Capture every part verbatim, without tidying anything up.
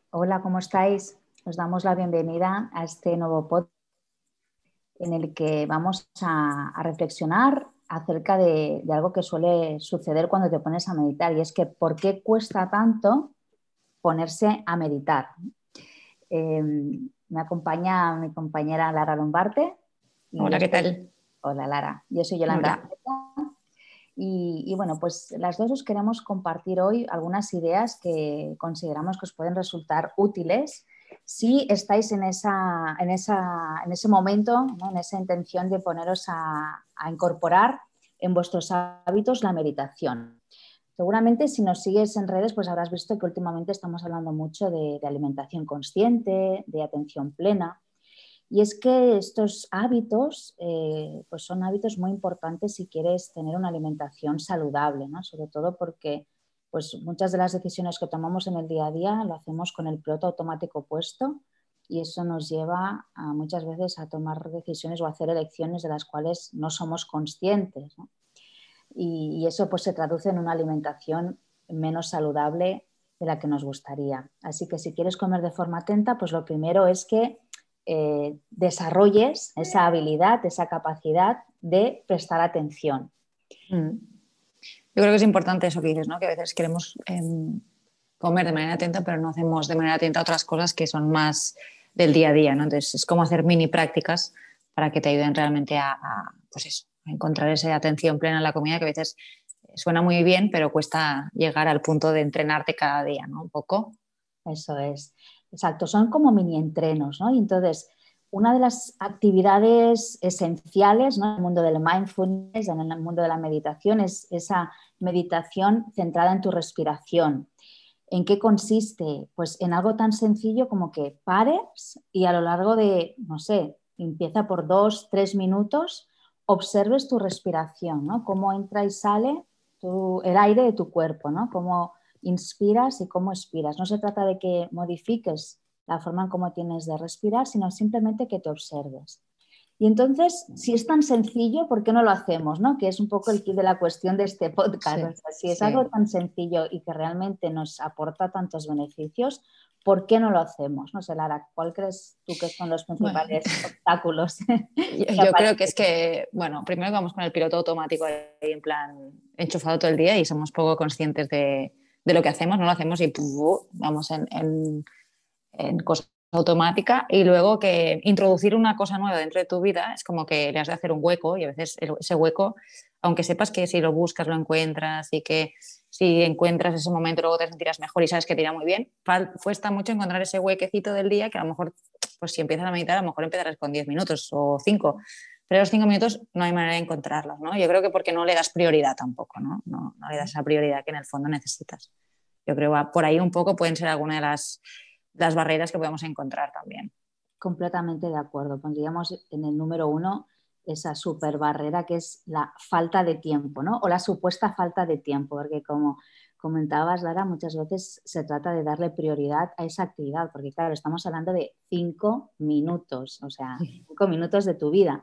Hola, ¿cómo estáis? Os damos la bienvenida a este nuevo podcast en el que vamos a, a reflexionar acerca de, de algo que suele suceder cuando te pones a meditar, y es que ¿por qué cuesta tanto ponerse a meditar? Eh, me acompaña mi compañera Lara Lombarte y yo Hola, ¿qué soy... tal? Hola Lara, yo soy Yolanda Hola. Zeta. Y, y bueno, pues las dos os queremos compartir hoy algunas ideas que consideramos que os pueden resultar útiles si estáis en, esa, en, esa, en ese momento, ¿no? En esa intención de poneros a, a incorporar en vuestros hábitos la meditación. Seguramente si nos sigues en redes, pues habrás visto que últimamente estamos hablando mucho de, de alimentación consciente, de atención plena. Y es que estos hábitos eh, pues son hábitos muy importantes si quieres tener una alimentación saludable, ¿no? Sobre todo porque pues, muchas de las decisiones que tomamos en el día a día lo hacemos con el piloto automático puesto, y eso nos lleva a, muchas veces a tomar decisiones o a hacer elecciones de las cuales no somos conscientes, ¿no? Y, y eso pues, se traduce en una alimentación menos saludable de la que nos gustaría. Así que si quieres comer de forma atenta, pues lo primero es que eh, desarrolles esa habilidad, esa capacidad de prestar atención. Mm. Yo creo que es importante eso que dices, ¿no? Que a veces queremos eh, comer de manera atenta, pero no hacemos de manera atenta otras cosas que son más del día a día, ¿no? Entonces es como hacer mini prácticas para que te ayuden realmente a, a, pues eso, a encontrar esa atención plena en la comida, que a veces suena muy bien, pero cuesta llegar al punto de entrenarte cada día, ¿no? Un poco. Eso es, exacto, son como mini entrenos, ¿no? Y entonces, una de las actividades esenciales, ¿no? En el mundo del mindfulness, en el mundo de la meditación, es esa meditación centrada en tu respiración. ¿En qué consiste? Pues en algo tan sencillo como que pares y a lo largo de, no sé, empieza por dos, tres minutos, observes tu respiración, ¿no? Cómo entra y sale tu, el aire de tu cuerpo, ¿no? Cómo inspiras y cómo expiras. No se trata de que modifiques la forma en cómo tienes de respirar, sino simplemente que te observes. Y entonces, si es tan sencillo, ¿por qué no lo hacemos? ¿No? Que es un poco el kit de la cuestión de este podcast. O Sí, sea, si es algo sí. tan sencillo y que realmente nos aporta tantos beneficios, ¿por qué no lo hacemos? No sé, Lara, ¿cuál crees tú que son los Bueno, principales obstáculos yo, que yo creo que es aparecen? que, bueno, primero vamos con el piloto automático ahí en plan enchufado todo el día y somos poco conscientes de, de lo que hacemos, no lo hacemos y puf, vamos en, en, en cosa automática. Y luego que introducir una cosa nueva dentro de tu vida es como que le has de hacer un hueco, y a veces el- ese hueco, aunque sepas que si lo buscas lo encuentras y que si encuentras ese momento luego te sentirás mejor y sabes que te irá muy bien, fal- cuesta mucho encontrar ese huequecito del día que a lo mejor, pues si empiezas a meditar, a lo mejor empezarás con diez minutos o cinco, pero los cinco minutos no hay manera de encontrarlos, ¿no? Yo creo que porque no le das prioridad tampoco, ¿no? No, no le das esa prioridad que en el fondo necesitas. Yo creo que por ahí un poco pueden ser algunas de las, las barreras que podemos encontrar también. Completamente de acuerdo. Pondríamos en el número uno esa super barrera que es la falta de tiempo, ¿no? O la supuesta falta de tiempo, porque como comentabas, Lara, muchas veces se trata de darle prioridad a esa actividad, porque claro, estamos hablando de cinco minutos, o sea, cinco minutos de tu vida.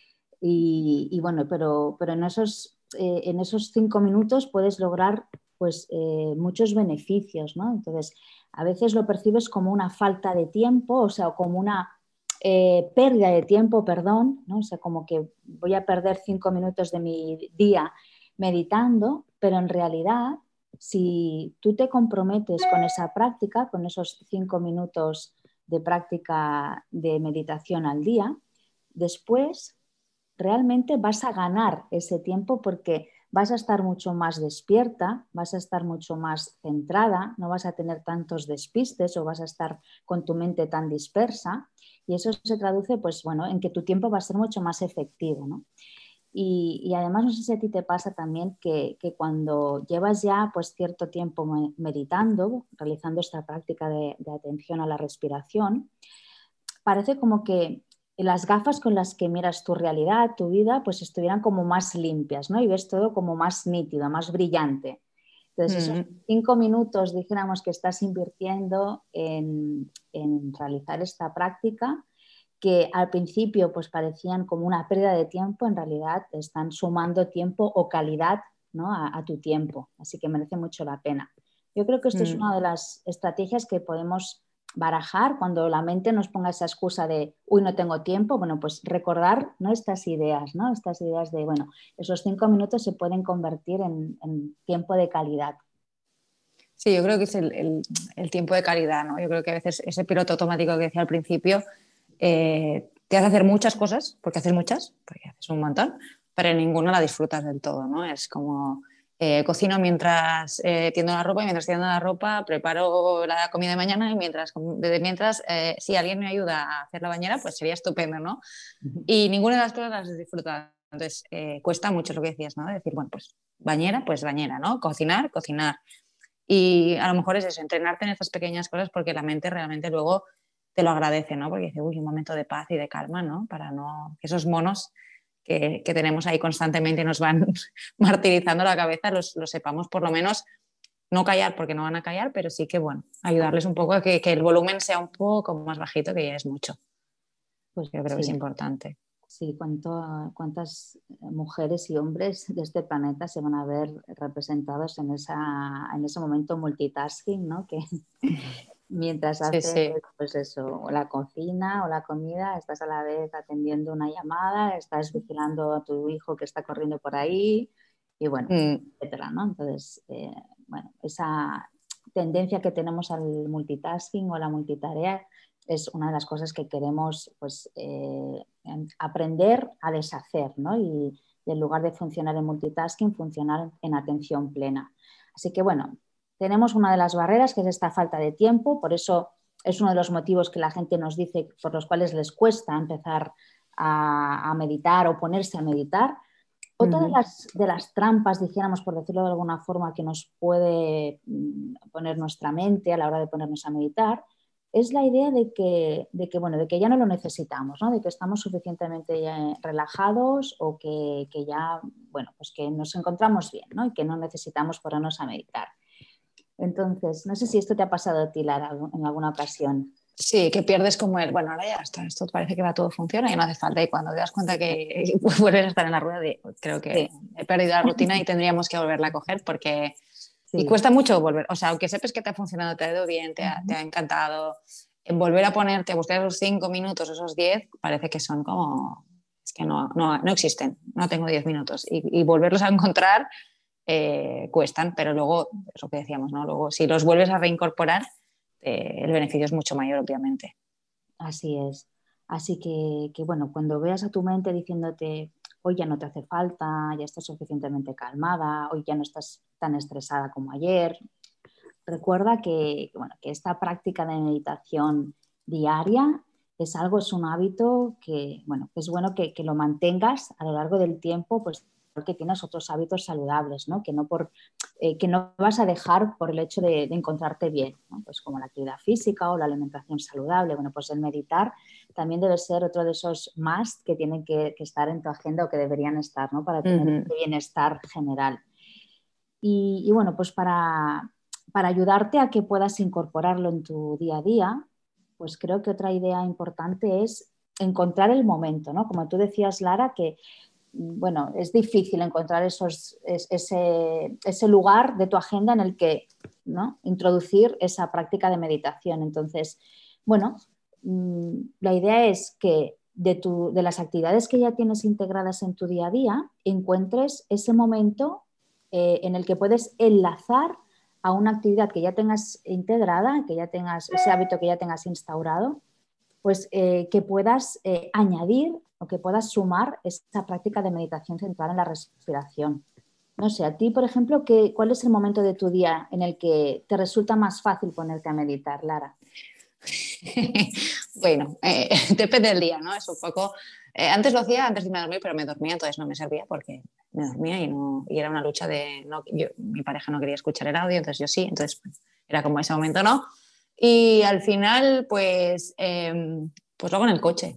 Y, y bueno, pero, pero en, esos, eh, en esos cinco minutos puedes lograr pues, eh, muchos beneficios, ¿no? Entonces, a veces lo percibes como una falta de tiempo, o sea, como una eh, pérdida de tiempo, perdón, ¿no? O sea, como que voy a perder cinco minutos de mi día meditando, pero en realidad, si tú te comprometes con esa práctica, con esos cinco minutos de práctica de meditación al día, después realmente vas a ganar ese tiempo porque vas a estar mucho más despierta, vas a estar mucho más centrada, no vas a tener tantos despistes o vas a estar con tu mente tan dispersa, y eso se traduce pues, bueno, en que tu tiempo va a ser mucho más efectivo, ¿no? Y, y, además no sé si a ti te pasa también que, que cuando llevas ya pues, cierto tiempo meditando, realizando esta práctica de, de atención a la respiración, parece como que las gafas con las que miras tu realidad, tu vida, pues estuvieran como más limpias, ¿no? Y ves todo como más nítido, más brillante. Entonces, esos Mm. cinco minutos, dijéramos, que estás invirtiendo en, en realizar esta práctica, que al principio pues parecían como una pérdida de tiempo, en realidad te están sumando tiempo o calidad, ¿no? a, a tu tiempo. Así que merece mucho la pena. Yo creo que esto es una Mm. de las estrategias que podemos barajar cuando la mente nos ponga esa excusa de, uy, no tengo tiempo, bueno, pues recordar, ¿no? Estas ideas, ¿no? Estas ideas de, bueno, esos cinco minutos se pueden convertir en, en tiempo de calidad. Sí, yo creo que es el, el, el tiempo de calidad, ¿no? Yo creo que a veces ese piloto automático que decía al principio eh, te hace hacer muchas cosas, porque haces muchas, porque haces un montón, pero ninguna la disfrutas del todo, ¿no? Es como eh, cocino mientras eh, tiendo la ropa y mientras tiendo la ropa preparo la comida de mañana y mientras, desde mientras eh, si alguien me ayuda a hacer la bañera, pues sería estupendo, ¿no? Y ninguna de las cosas las disfrutas. Entonces, eh, cuesta mucho lo que decías, ¿no? Decir, bueno, pues bañera, pues bañera, ¿no? Cocinar, cocinar. Y a lo mejor es eso, entrenarte en estas pequeñas cosas porque la mente realmente luego te lo agradece, ¿no? Porque dice, uy, un momento de paz y de calma, ¿no? Para no que esos monos que, que tenemos ahí constantemente nos van martirizando la cabeza, los, los sepamos por lo menos no callar porque no van a callar, pero sí que, bueno, ayudarles un poco a que, que el volumen sea un poco más bajito, que ya es mucho. Pues Yo creo que es sí. importante. Sí, cuánto, cuántas mujeres y hombres de este planeta se van a ver representados en, esa, en ese momento multitasking, ¿no? Que mientras Sí, haces, sí. pues eso, o la cocina o la comida, estás a la vez atendiendo una llamada, estás vigilando a tu hijo que está corriendo por ahí y bueno, Mm. etcétera, ¿no? Entonces, eh, bueno, esa tendencia que tenemos al multitasking o a la multitarea es una de las cosas que queremos pues, eh, aprender a deshacer, ¿no? Y, y en lugar de funcionar en multitasking, funcionar en atención plena. Así que bueno, tenemos una de las barreras que es esta falta de tiempo, por eso es uno de los motivos que la gente nos dice por los cuales les cuesta empezar a, a meditar o ponerse a meditar. Otra de Uh-huh. las, de las trampas, dijéramos, por decirlo de alguna forma, que nos puede poner nuestra mente a la hora de ponernos a meditar, es la idea de que, de que, bueno, de que ya no lo necesitamos, ¿no? De que estamos suficientemente relajados o que, que ya, bueno, pues que nos encontramos bien, ¿no? Y que no necesitamos ponernos a meditar. Entonces, no sé si esto te ha pasado a ti, Lara, en alguna ocasión. Sí, que pierdes como el, bueno, ahora ya está, esto parece que va todo funciona y no hace falta. Y cuando te das cuenta que vuelves a estar en la rueda, de, creo que Sí. he perdido la rutina y tendríamos que volverla a coger porque... Y Sí. cuesta mucho volver, o sea, aunque sepas que te ha funcionado, te ha ido bien, te ha, te ha encantado, en volver a ponerte, a buscar esos cinco minutos, esos diez, parece que son como, es que no, no, no existen, no tengo diez minutos. Y, y volverlos a encontrar eh, cuestan, pero luego, es lo que decíamos, ¿no? Luego, si los vuelves a reincorporar, eh, el beneficio es mucho mayor, obviamente. Así es. Así que, que, bueno, cuando veas a tu mente diciéndote, hoy ya no te hace falta, ya estás suficientemente calmada, hoy ya no estás tan estresada como ayer, recuerda que, bueno, que esta práctica de meditación diaria es algo, es un hábito que, bueno, es bueno que, que lo mantengas a lo largo del tiempo, pues porque tienes otros hábitos saludables, ¿no? Que, no por, eh, que no vas a dejar por el hecho de, de encontrarte bien, ¿no? Pues como la actividad física o la alimentación saludable. Bueno, pues el meditar también debe ser otro de esos más que tienen que, que estar en tu agenda o que deberían estar, ¿no? Para tener Uh-huh. este bienestar general. Y, y bueno, pues para, para ayudarte a que puedas incorporarlo en tu día a día, pues creo que otra idea importante es encontrar el momento, ¿no? Como tú decías, Lara, que bueno, es difícil encontrar esos, ese, ese lugar de tu agenda en el que, ¿no? Introducir esa práctica de meditación. Entonces, bueno, la idea es que de, tu, de las actividades que ya tienes integradas en tu día a día, encuentres ese momento eh, en el que puedes enlazar a una actividad que ya tengas integrada, que ya tengas ese hábito que ya tengas instaurado, pues eh, que puedas eh, añadir o que puedas sumar esa práctica de meditación centrada en la respiración. No sé, a ti, por ejemplo, ¿qué, ¿cuál es el momento de tu día en el que te resulta más fácil ponerte a meditar, Lara? Bueno, eh, depende del día, ¿no? Es un poco... Eh, antes lo hacía antes de irme a dormir, pero me dormía, entonces no me servía porque me dormía y, no, y era una lucha de... No, yo, mi pareja no quería escuchar el audio, entonces yo sí, entonces era como ese momento no. Y al final, pues, eh, pues lo hago en el coche.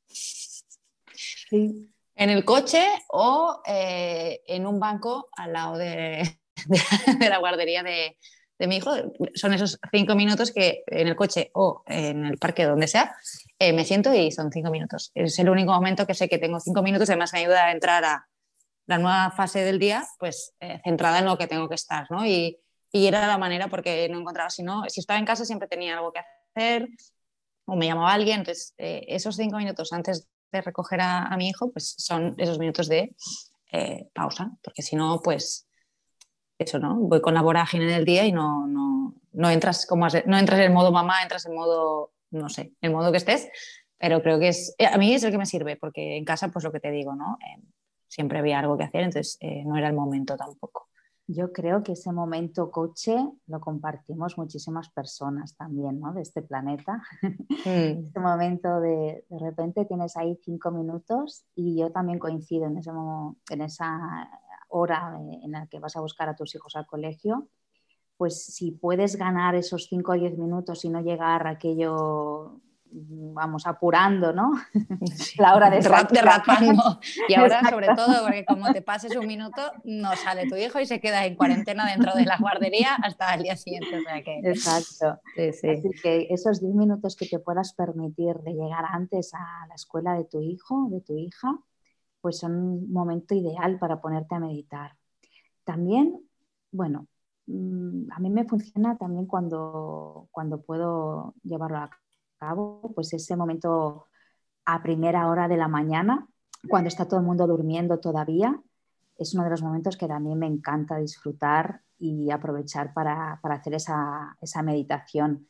Sí. En el coche o eh, en un banco al lado de, de, de la guardería de, de, mi hijo. Son esos cinco minutos que en el coche o en el parque, donde sea, eh, me siento y son cinco minutos. Es el único momento que sé que tengo cinco minutos, además me ayuda a entrar a la nueva fase del día, pues eh, centrada en lo que tengo que estar, ¿no? Y, y era la manera porque no encontraba, si no, si estaba en casa siempre tenía algo que hacer hacer, o me llamaba alguien. Entonces, eh, esos cinco minutos antes de recoger a, a mi hijo, pues son esos minutos de eh, pausa, porque si no, pues eso, ¿no? Voy con la vorágine del día y no, no, no entras como has- no entras en modo mamá, entras en modo, no sé, en modo que estés, pero creo que es, a mí es el que me sirve, porque en casa, pues lo que te digo, ¿no? Eh, siempre había algo que hacer, entonces eh, no era el momento tampoco. Yo creo que ese momento coche lo compartimos muchísimas personas también, ¿no? De este planeta. Mm. Este momento de de repente tienes ahí cinco minutos y yo también coincido en, ese, mo- en esa hora eh, en la que vas a buscar a tus hijos al colegio, pues si puedes ganar esos cinco o diez minutos y no llegar a aquello, vamos, apurando, ¿no? Sí, La hora de salir. derrapando. Y ahora, sobre Exacto. todo, porque como te pases un minuto, no sale tu hijo y se queda en cuarentena dentro de la guardería hasta el día siguiente. O sea que, Exacto. sí, sí. Así que esos diez minutos que te puedas permitir de llegar antes a la escuela de tu hijo, de tu hija, pues son un momento ideal para ponerte a meditar. También, bueno, mm, a mí me funciona también cuando, cuando puedo llevarlo a cabo, pues ese momento a primera hora de la mañana, cuando está todo el mundo durmiendo todavía, es uno de los momentos que también me encanta disfrutar y aprovechar para, para hacer esa, esa meditación.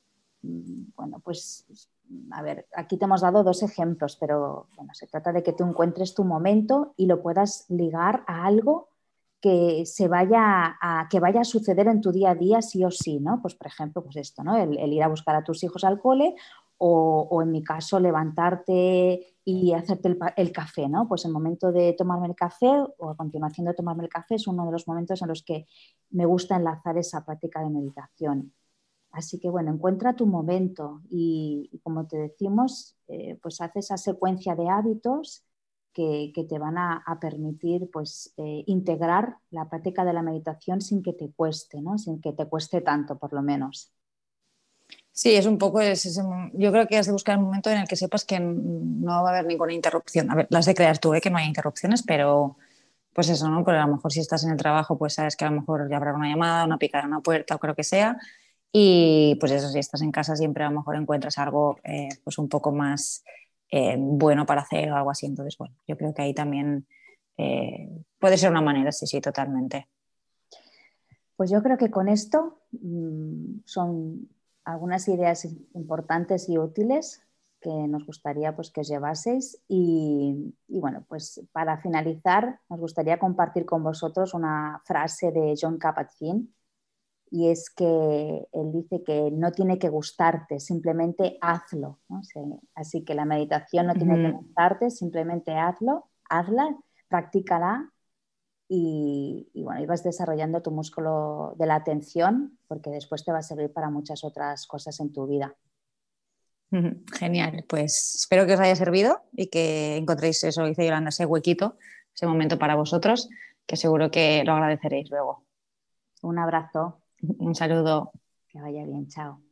Bueno, pues a ver, aquí te hemos dado dos ejemplos, pero bueno, se trata de que tú encuentres tu momento y lo puedas ligar a algo que se vaya a, que vaya a suceder en tu día a día sí o sí, ¿no? Pues por ejemplo, pues esto, ¿no? El, el ir a buscar a tus hijos al cole o, o, en mi caso levantarte y hacerte el, el café, ¿no? Pues el momento de tomarme el café o a continuación de tomarme el café es uno de los momentos en los que me gusta enlazar esa práctica de meditación. Así que bueno, encuentra tu momento y, y como te decimos, eh, pues haz esa secuencia de hábitos que, que te van a, a permitir pues, eh, integrar la práctica de la meditación sin que te cueste, ¿no? Sin que te cueste tanto, por lo menos. Sí, es un poco, es, es, yo creo que has de buscar un momento en el que sepas que no va a haber ninguna interrupción. A ver, las de crear tú, ¿eh? Que no haya interrupciones, pero pues eso, ¿no? Porque a lo mejor si estás en el trabajo, pues sabes que a lo mejor ya habrá una llamada, una picada en una puerta o creo que sea. Y pues eso, si estás en casa siempre a lo mejor encuentras algo eh, pues un poco más eh, bueno para hacer o algo así. Entonces, bueno, yo creo que ahí también eh, puede ser una manera, sí, sí, totalmente. Pues yo creo que con esto mmm, son algunas ideas importantes y útiles que nos gustaría pues, que os llevaseis y, y bueno, pues para finalizar nos gustaría compartir con vosotros una frase de Jon Kabat-Zinn y es que él dice que no tiene que gustarte, simplemente hazlo, ¿no? O sea, así que la meditación no tiene que Uh-huh. gustarte, simplemente hazlo, hazla, practícala y, y bueno, y vas desarrollando tu músculo de la atención porque después te va a servir para muchas otras cosas en tu vida. Uh-huh. Genial, pues espero que os haya servido y que encontréis eso, dice Yolanda, ese huequito, ese momento para vosotros, que seguro que lo agradeceréis luego. Un abrazo, Un saludo. que vaya bien, chao.